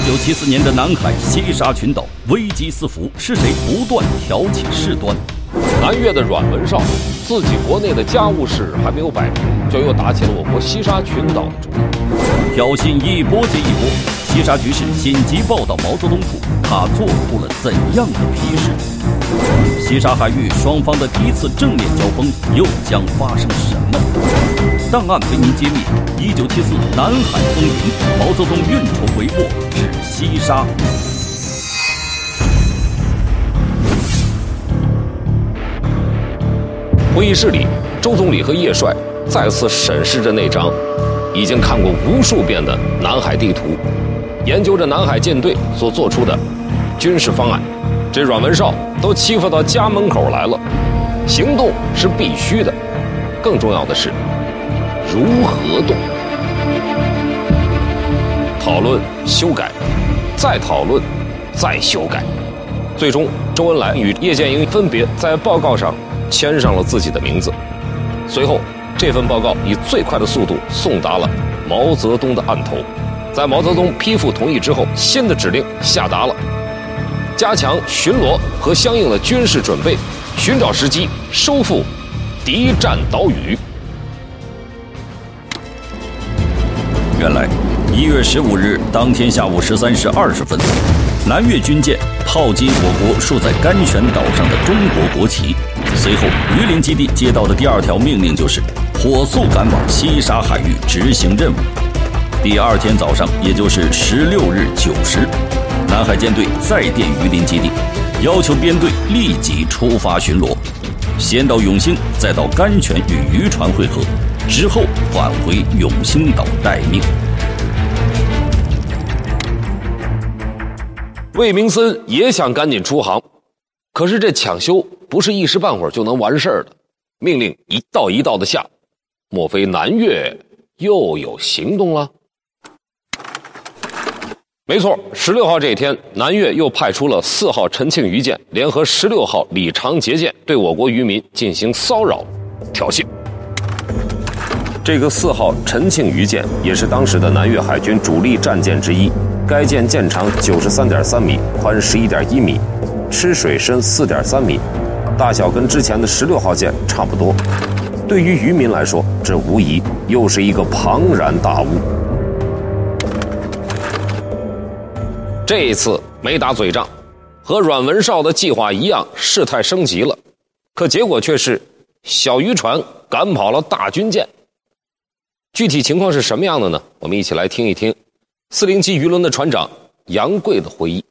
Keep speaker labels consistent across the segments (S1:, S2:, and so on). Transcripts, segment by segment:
S1: 1974年的南海西沙群岛危机四伏，是谁不断挑起事端？
S2: 南越的阮文绍自己国内的家务事还没有摆平，就又打起了我国西沙群岛的主意，
S1: 挑衅一波接一波。西沙局势紧急报到毛泽东处，他做出了怎样的批示？西沙海域双方的第一次正面交锋又将发生什么？档案为您揭秘1974南海风云，毛泽东运筹帷幄至西沙。
S2: 会议室里，周总理和叶帅再次审视着那张已经看过无数遍的南海地图，研究着南海舰队所做出的军事方案。这阮文绍都欺负到家门口来了，行动是必须的，更重要的是如何动。讨论、修改，再讨论，再修改。最终，周恩来与叶剑英分别在报告上签上了自己的名字。随后，这份报告以最快的速度送达了毛泽东的案头。在毛泽东批复同意之后，新的指令下达了：加强巡逻和相应的军事准备，寻找时机收复敌占岛屿。
S1: 原来1月15日当天下午13时20分，南越军舰炮击我国竖在甘泉岛上的中国国旗。随后，榆林基地接到的第二条命令就是火速赶往西沙海域执行任务。第二天早上，也就是16日9时，南海舰队再电榆林基地，要求编队立即出发巡逻，先到永兴，再到甘泉与渔船会合，之后返回永兴岛待命。
S2: 魏明森也想赶紧出航，可是这抢修不是一时半会儿就能完事儿的，命令一道一道的下，莫非南越又有行动了？没错，16号这一天，南越又派出了4号陈庆余舰联合16号李长捷舰对我国渔民进行骚扰、挑衅。这个4号陈庆余舰也是当时的南越海军主力战舰之一，该舰舰长93.3米，宽11.1米，吃水深4.3米，大小跟之前的16号舰差不多。对于渔民来说，这无疑又是一个庞然大物。这一次没打嘴仗，和阮文绍的计划一样，事态升级了。可结果却是小渔船赶跑了大军舰。具体情况是什么样的呢？我们一起来听一听407渔轮的船长杨贵的回忆。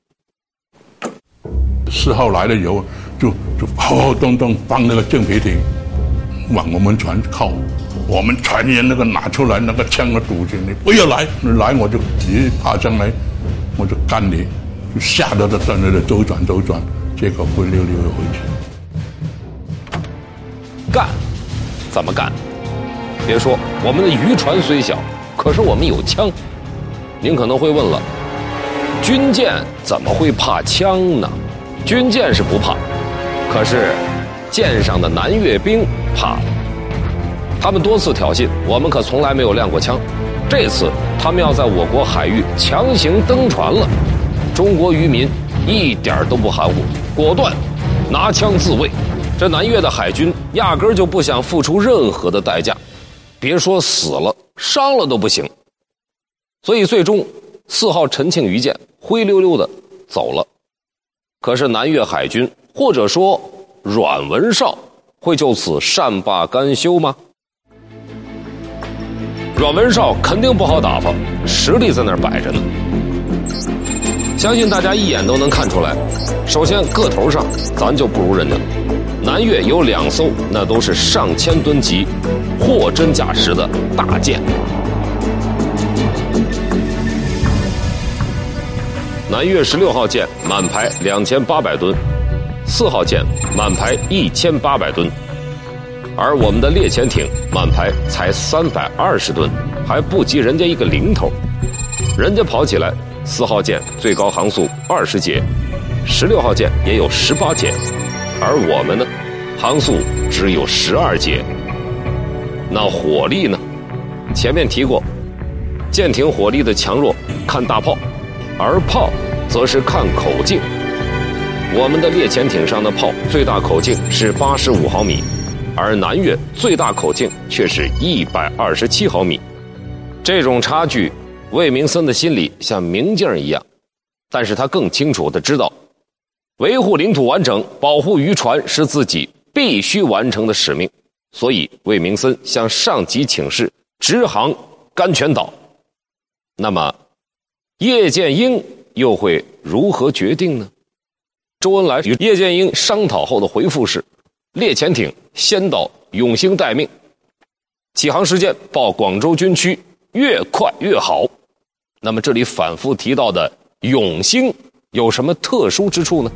S3: 4号来了以后，就轰咚咚放那个正皮艇往我们船靠，我们船员那个拿出来那个枪和堵紧，你不要来，我就直接爬上来，我就干你，就吓得他在那里周转，结果灰溜溜的回去。
S2: 干？怎么干？别说我们的渔船虽小，可是我们有枪。您可能会问了，军舰怎么会怕枪呢？军舰是不怕，可是舰上的南越兵怕了。他们多次挑衅，我们可从来没有亮过枪。这次他们要在我国海域强行登船了，中国渔民一点都不含糊，果断拿枪自卫。这南越的海军压根儿就不想付出任何的代价，别说死了，伤了都不行。所以最终4号陈庆余舰灰溜溜的走了。可是南越海军或者说阮文绍会就此善罢甘休吗？阮文绍肯定不好打发，实力在那儿摆着呢。相信大家一眼都能看出来，首先个头上咱就不如人家。南越有2艘，那都是上千吨级货真价实的大舰。南越16号舰满排2800吨，4号舰满排1800吨，而我们的猎潜艇满排才320吨，还不及人家一个零头。人家跑起来，4号舰最高航速20节，16号舰也有18节，而我们呢，航速只有12节。那火力呢？前面提过，舰艇火力的强弱看大炮， 而炮则是看口径。我们的猎潜艇上的炮最大口径是85毫米，而南越最大口径却是127毫米。这种差距，魏明森的心里像明镜一样，但是他更清楚地知道，维护领土完整、保护渔船是自己必须完成的使命，所以魏明森向上级请示直航甘泉岛。那么，叶剑英又会如何决定呢？周恩来与叶剑英商讨后的回复是：猎潜艇先到永兴待命，起航时间报广州军区，越快越好。那么这里反复提到的永兴有什么特殊之处呢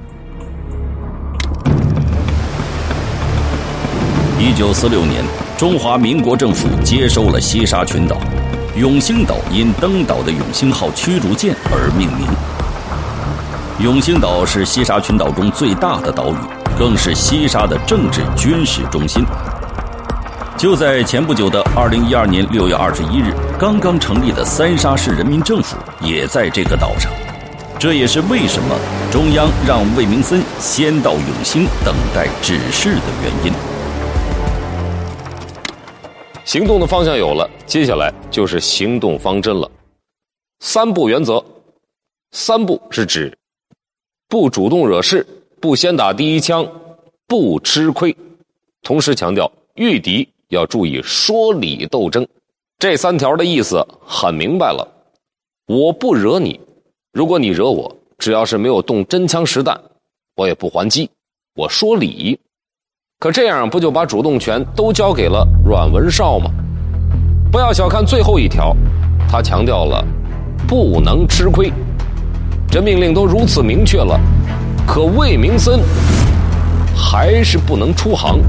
S1: ？1946年，中华民国政府接收了西沙群岛，永兴岛因登岛的永兴号驱逐舰而命名。永兴岛是西沙群岛中最大的岛屿，更是西沙的政治军事中心。就在前不久的2012年6月21日，刚刚成立的三沙市人民政府也在这个岛上。这也是为什么中央让魏明森先到永兴等待指示的原因。
S2: 行动的方向有了，接下来就是行动方针了。3不原则。3不是指不主动惹事，不先打第一枪，不吃亏，同时强调遇敌要注意说理斗争。这3条的意思很明白了，我不惹你，如果你惹我，只要是没有动真枪实弹，我也不还击，我说理。可这样不就把主动权都交给了阮文绍吗？不要小看最后一条，他强调了不能吃亏。这命令都如此明确了，可魏明森还是不能出航。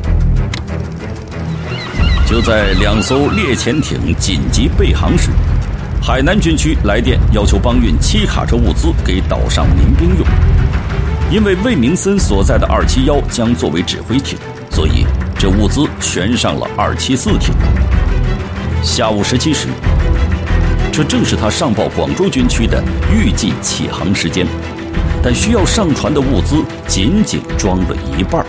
S1: 就在2艘猎潜艇紧急备航时，海南军区来电要求帮运7卡车物资给岛上民兵用。因为魏明森所在的271将作为指挥艇，所以这物资悬上了274艇。下午17时，这正是他上报广州军区的预计起航时间，但需要上船的物资仅仅装了一半。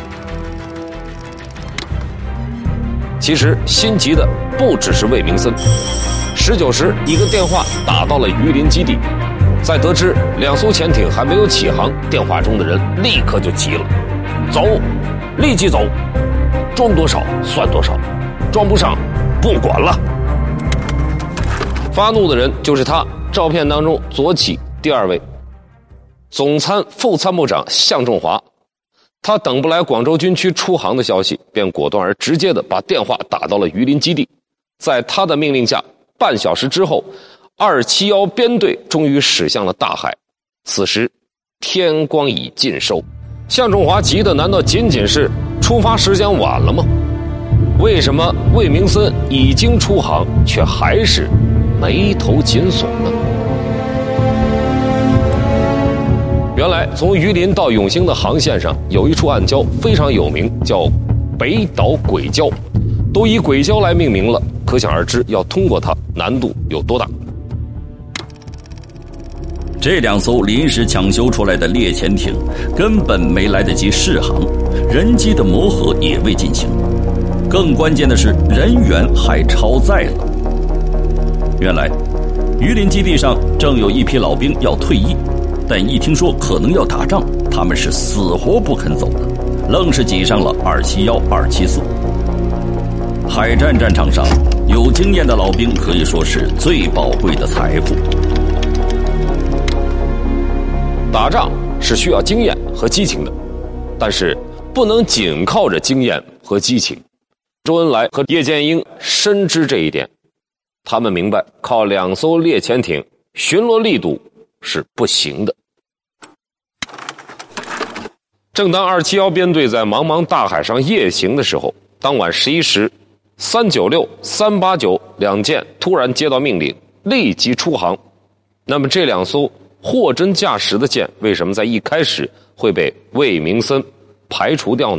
S2: 其实心急的不只是魏明森。19时，一个电话打到了榆林基地，在得知2艘潜艇还没有起航，电话中的人立刻就急了：走，立即走，装多少算多少，装不上不管了。发怒的人就是他，照片当中左起第2位，总参副参谋长向仲华。他等不来广州军区出航的消息，便果断而直接的把电话打到了榆林基地。在他的命令下，半小时之后，271编队终于驶向了大海。此时天光已尽收，向仲华急的难道仅仅是出发时间晚了吗？为什么魏明森已经出航，却还是眉头紧锁呢？原来从榆林到永兴的航线上有一处暗礁非常有名，叫北岛鬼礁，都以鬼礁来命名了，可想而知要通过它难度有多大。
S1: 这2艘临时抢修出来的猎潜艇根本没来得及试航，人机的磨合也未进行，更关键的是人员还超载了。原来榆林基地上正有一批老兵要退役，但一听说可能要打仗，他们是死活不肯走的，愣是挤上了271、274。海战战场上，有经验的老兵可以说是最宝贵的财富。
S2: 打仗是需要经验和激情的，但是不能仅靠着经验和激情。周恩来和叶剑英深知这一点，他们明白靠2艘猎潜艇巡逻力度是不行的。正当271编队在茫茫大海上夜行的时候，当晚11时，396、389两舰突然接到命令，立即出航。那么这2艘货真价实的舰为什么在一开始会被魏明森排除掉呢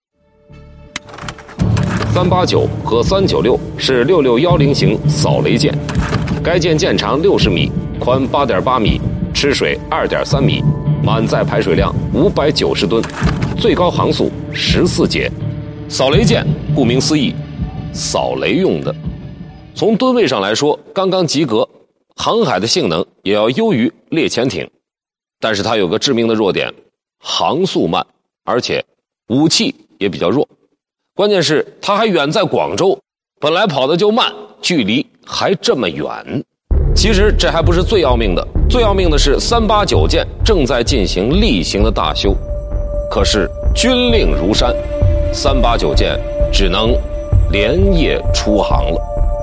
S2: ？389和396是6610型扫雷舰，该舰舰长60米，宽8.8米， 吃水2.3米，满载排水量590吨，最高航速14节。扫雷舰顾名思义，扫雷用的。从吨位上来说，刚刚及格，航海的性能也要优于猎潜艇，但是它有个致命的弱点，航速慢，而且武器也比较弱。关键是它还远在广州，本来跑的就慢，距离还这么远。其实这还不是最要命的，最要命的是389舰正在进行例行的大修，可是军令如山，389舰只能连夜出航了。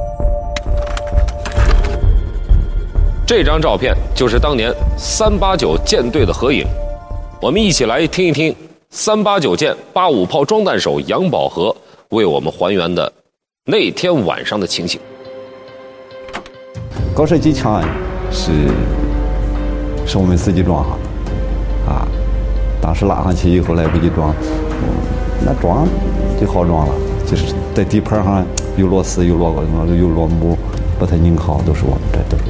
S2: 这张照片就是当年389舰队的合影，我们一起来听一听389舰85炮装弹手杨宝和为我们还原的那天晚上的情形。
S4: 高射机枪是我们自己装上的啊，当时拉上去以后来不及装，那装就好装了，就是在底盘上有螺丝有螺母，把它拧好，都是我们这都是。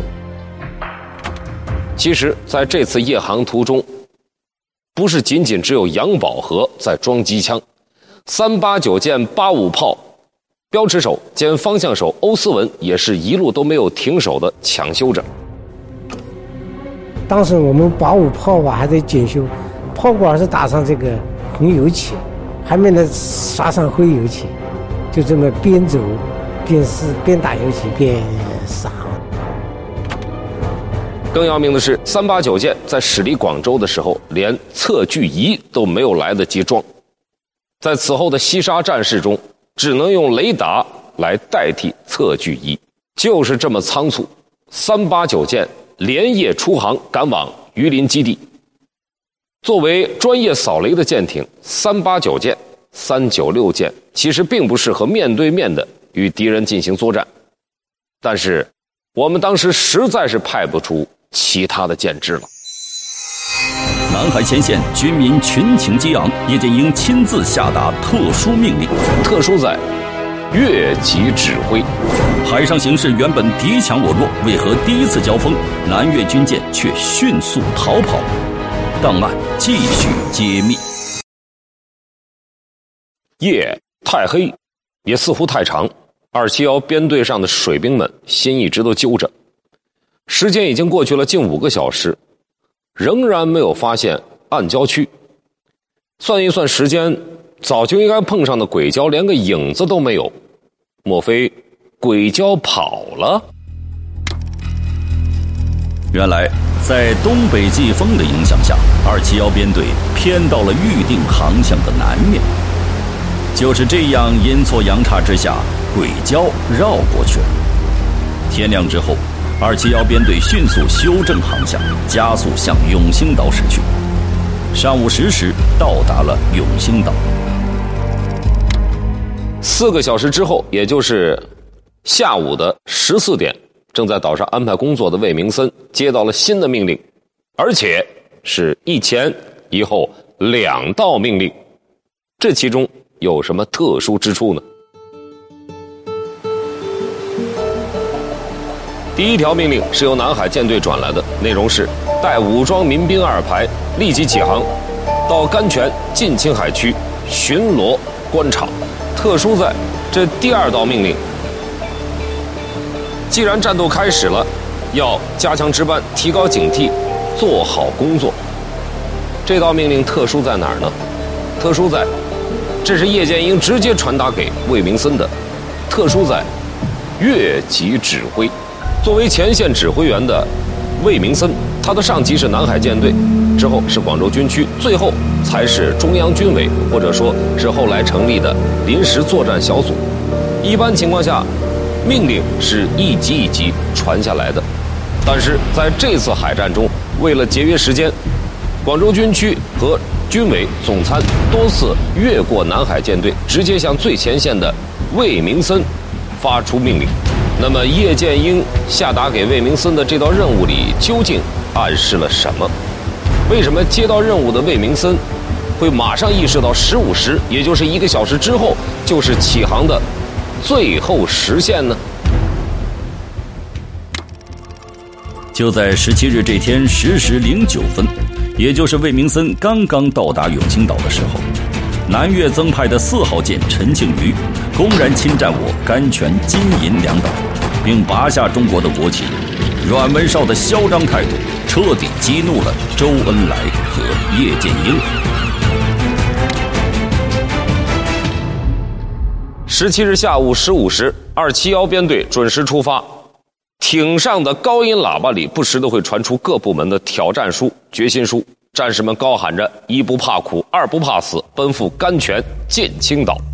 S2: 其实在这次夜航途中，不是仅仅只有杨宝和在装机枪，389舰85炮标持手兼方向手欧思文也是一路都没有停手的抢修着。
S5: 当时我们85炮吧还在检修，炮管是打上这个红油漆，还没能刷上灰油漆，就这么边走边打油漆边上。
S2: 更要命的是，389舰在驶离广州的时候，连测距仪都没有来得及装，在此后的西沙战事中，只能用雷达来代替测距仪。就是这么仓促，389舰连夜出航赶往榆林基地。作为专业扫雷的舰艇，389舰、396舰其实并不适合面对面的与敌人进行作战，但是我们当时实在是派不出其他的舰只了。
S1: 南海前线军民群情激昂，叶剑英亲自下达特殊命令，
S2: 特殊在越级指挥。
S1: 海上形势原本敌强我弱，为何第一次交锋，南越军舰却迅速逃跑？档案继续揭秘。
S2: 夜太黑，也似乎太长，271编队上的水兵们心一直都揪着。时间已经过去了近5个小时，仍然没有发现暗礁区。算一算时间，早就应该碰上的鬼礁连个影子都没有，莫非鬼礁跑了？
S1: 原来在东北季风的影响下，271编队偏到了预定航向的南面。就是这样阴错阳差之下，鬼礁绕过去了。天亮之后，271编队迅速修正航向，加速向永兴岛驶去。上午10时到达了永兴岛。
S2: 4个小时之后，也就是下午的14点，正在岛上安排工作的魏明森接到了新的命令，而且是一前一后2道命令。这其中有什么特殊之处呢？第一条命令是由南海舰队转来的，内容是带武装民兵2排立即起航，到甘泉近青海区巡逻观察。特殊在这第2道命令，既然战斗开始了，要加强值班，提高警惕，做好工作。这道命令特殊在哪儿呢？特殊在这是叶剑英直接传达给魏明森的，特殊在越级指挥。作为前线指挥员的魏明森，他的上级是南海舰队，之后是广州军区，最后才是中央军委，或者说是后来成立的临时作战小组。一般情况下，命令是一级一级传下来的，但是在这次海战中，为了节约时间，广州军区和军委总参多次越过南海舰队，直接向最前线的魏明森发出命令。那么叶剑英下达给魏明森的这道任务里究竟暗示了什么？为什么接到任务的魏明森会马上意识到15时，也就是1个小时之后就是起航的最后时限呢？
S1: 就在17日这天10时09分，也就是魏明森刚刚到达永清岛的时候，南越增派的4号舰陈庆余公然侵占我甘泉、金银两岛，并拔下中国的国旗。阮文绍的嚣张态度彻底激怒了周恩来和叶剑英。
S2: 17日下午15时，271编队准时出发。艇上的高音喇叭里不时地会传出各部门的挑战书、决心书，战士们高喊着“一不怕苦，二不怕死，奔赴甘泉，进青岛”。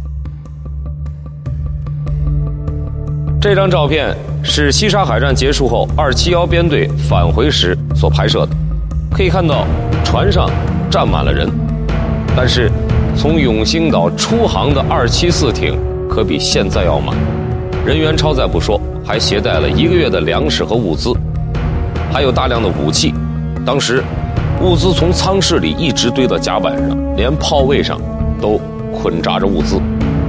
S2: 这张照片是西沙海战结束后271编队返回时所拍摄的，可以看到船上站满了人，但是从永兴岛出航的274艇可比现在要满，人员超载不说，还携带了1个月的粮食和物资，还有大量的武器。当时物资从舱室里一直堆到甲板上，连炮位上都捆扎着物资。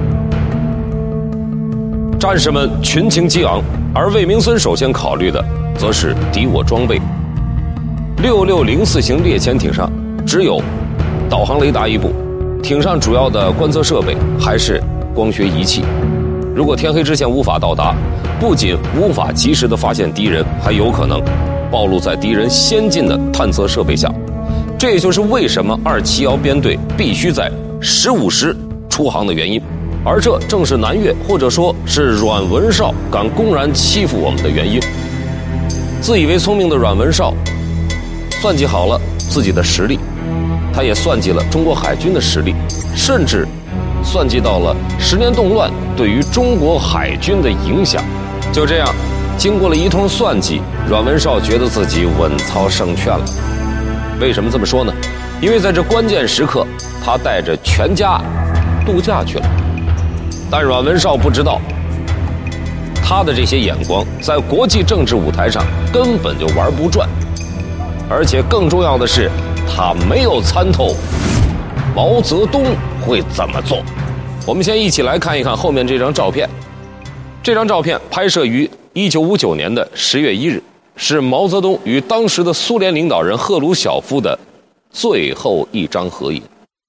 S2: 战士们群情激昂，而魏明森首先考虑的则是敌我装备。6604型猎潜艇上只有导航雷达1部，艇上主要的观测设备还是光学仪器。如果天黑之前无法到达，不仅无法及时地发现敌人，还有可能暴露在敌人先进的探测设备下。这也就是为什么271编队必须在15时出航的原因。而这正是南越或者说是阮文绍敢公然欺负我们的原因。自以为聪明的阮文绍算计好了自己的实力，他也算计了中国海军的实力，甚至算计到了10年动乱对于中国海军的影响。就这样，经过了一通算计，阮文绍觉得自己稳操胜券了。为什么这么说呢？因为在这关键时刻，他带着全家度假去了。但阮文绍不知道，他的这些眼光在国际政治舞台上根本就玩不转，而且更重要的是，他没有参透毛泽东会怎么做。我们先一起来看一看后面这张照片。这张照片拍摄于1959年的10月1日，是毛泽东与当时的苏联领导人赫鲁晓夫的最后一张合影。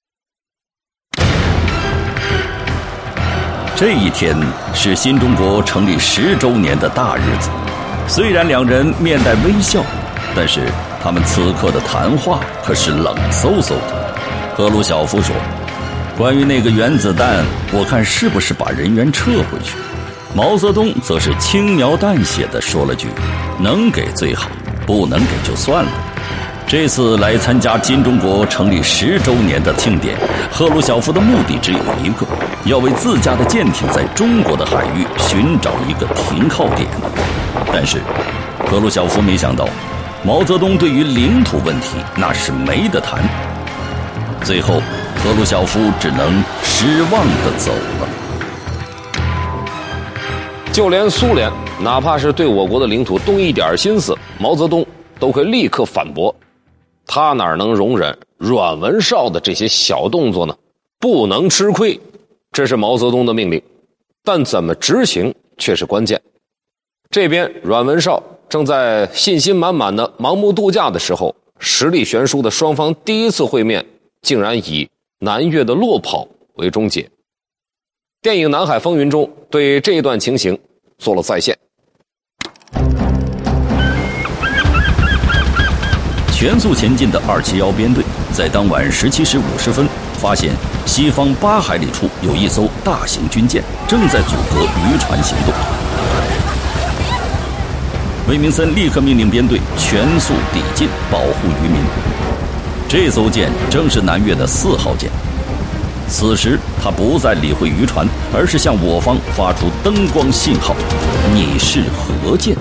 S1: 这一天是新中国成立10周年的大日子，虽然两人面带微笑，但是他们此刻的谈话可是冷飕飕的。赫鲁晓夫说，关于那个原子弹，我看是不是把人员撤回去。毛泽东则是轻描淡写地说了句，能给最好，不能给就算了。这次来参加新中国成立10周年的庆典，赫鲁晓夫的目的只有一个，要为自家的舰艇在中国的海域寻找一个停靠点。但是赫鲁晓夫没想到，毛泽东对于领土问题那是没得谈。最后赫鲁晓夫只能失望地走了。
S2: 就连苏联哪怕是对我国的领土动一点心思，毛泽东都会立刻反驳。他哪能容忍阮文绍的这些小动作呢？不能吃亏，这是毛泽东的命令，但怎么执行却是关键。这边阮文绍正在信心满满的盲目度假的时候，实力悬殊的双方第一次会面竟然以南越的落跑为终结。电影《南海风云》中对这一段情形做了再现。
S1: 全速前进的271编队在当晚17时50分发现西方8海里处有一艘大型军舰正在阻隔渔船行动。魏明森立刻命令编队全速抵近，保护渔民。这艘舰正是南越的4号舰。此时他不再理会渔船，而是向我方发出灯光信号：你是何舰？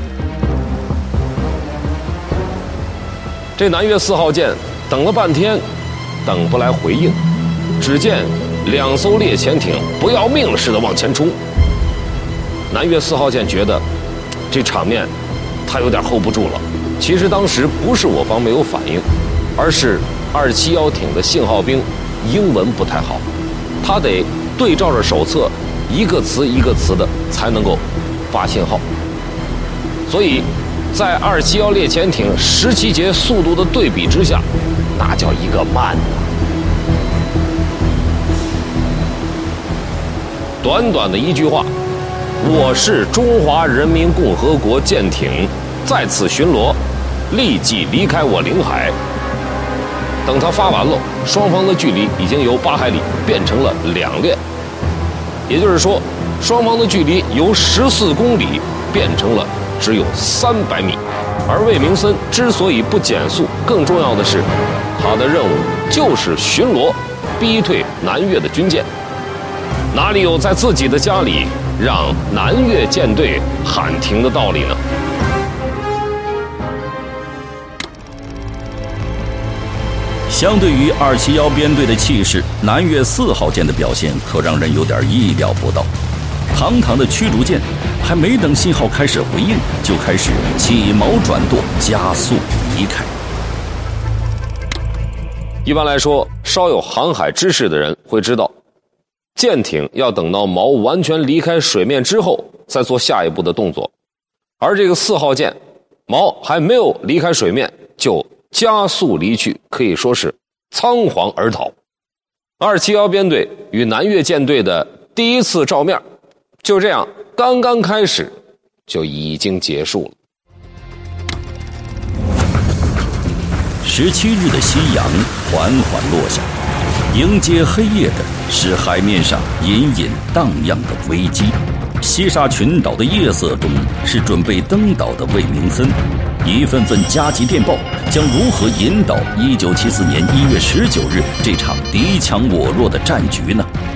S2: 这南越4号舰等了半天，等不来回应。只见2艘猎潜艇不要命似的往前冲。南越4号舰觉得这场面他有点 hold 不住了。其实当时不是我方没有反应，而是271艇的信号兵英文不太好，他得对照着手册一个词一个词的才能够发信号。所以在271猎潜艇17节速度的对比之下，那叫一个慢呐！短短的一句话，我是中华人民共和国舰艇，再次巡逻，立即离开我领海。等他发完了，双方的距离已经由8海里变成了2链，也就是说，双方的距离由14公里变成了只有300米。而魏明森之所以不减速，更重要的是，他的任务就是巡逻，逼退南越的军舰。哪里有在自己的家里让南越舰队喊停的道理呢？
S1: 相对于271编队的气势，南越4号舰的表现可让人有点意料不到。堂堂的驱逐舰还没等信号开始回应，就开始起锚转舵，加速离开。
S2: 一般来说，稍有航海知识的人会知道，舰艇要等到锚完全离开水面之后再做下一步的动作，而这个4号舰锚还没有离开水面就加速离去，可以说是仓皇而逃。271编队与南越舰队的第一次照面，就这样刚刚开始就已经结束了。
S1: 17日的夕阳缓缓落下，迎接黑夜的是海面上隐隐荡漾的危机。西沙群岛的夜色中，是准备登岛的魏明森。一份份加急电报将如何引导1974年1月19日这场敌强我弱的战局呢？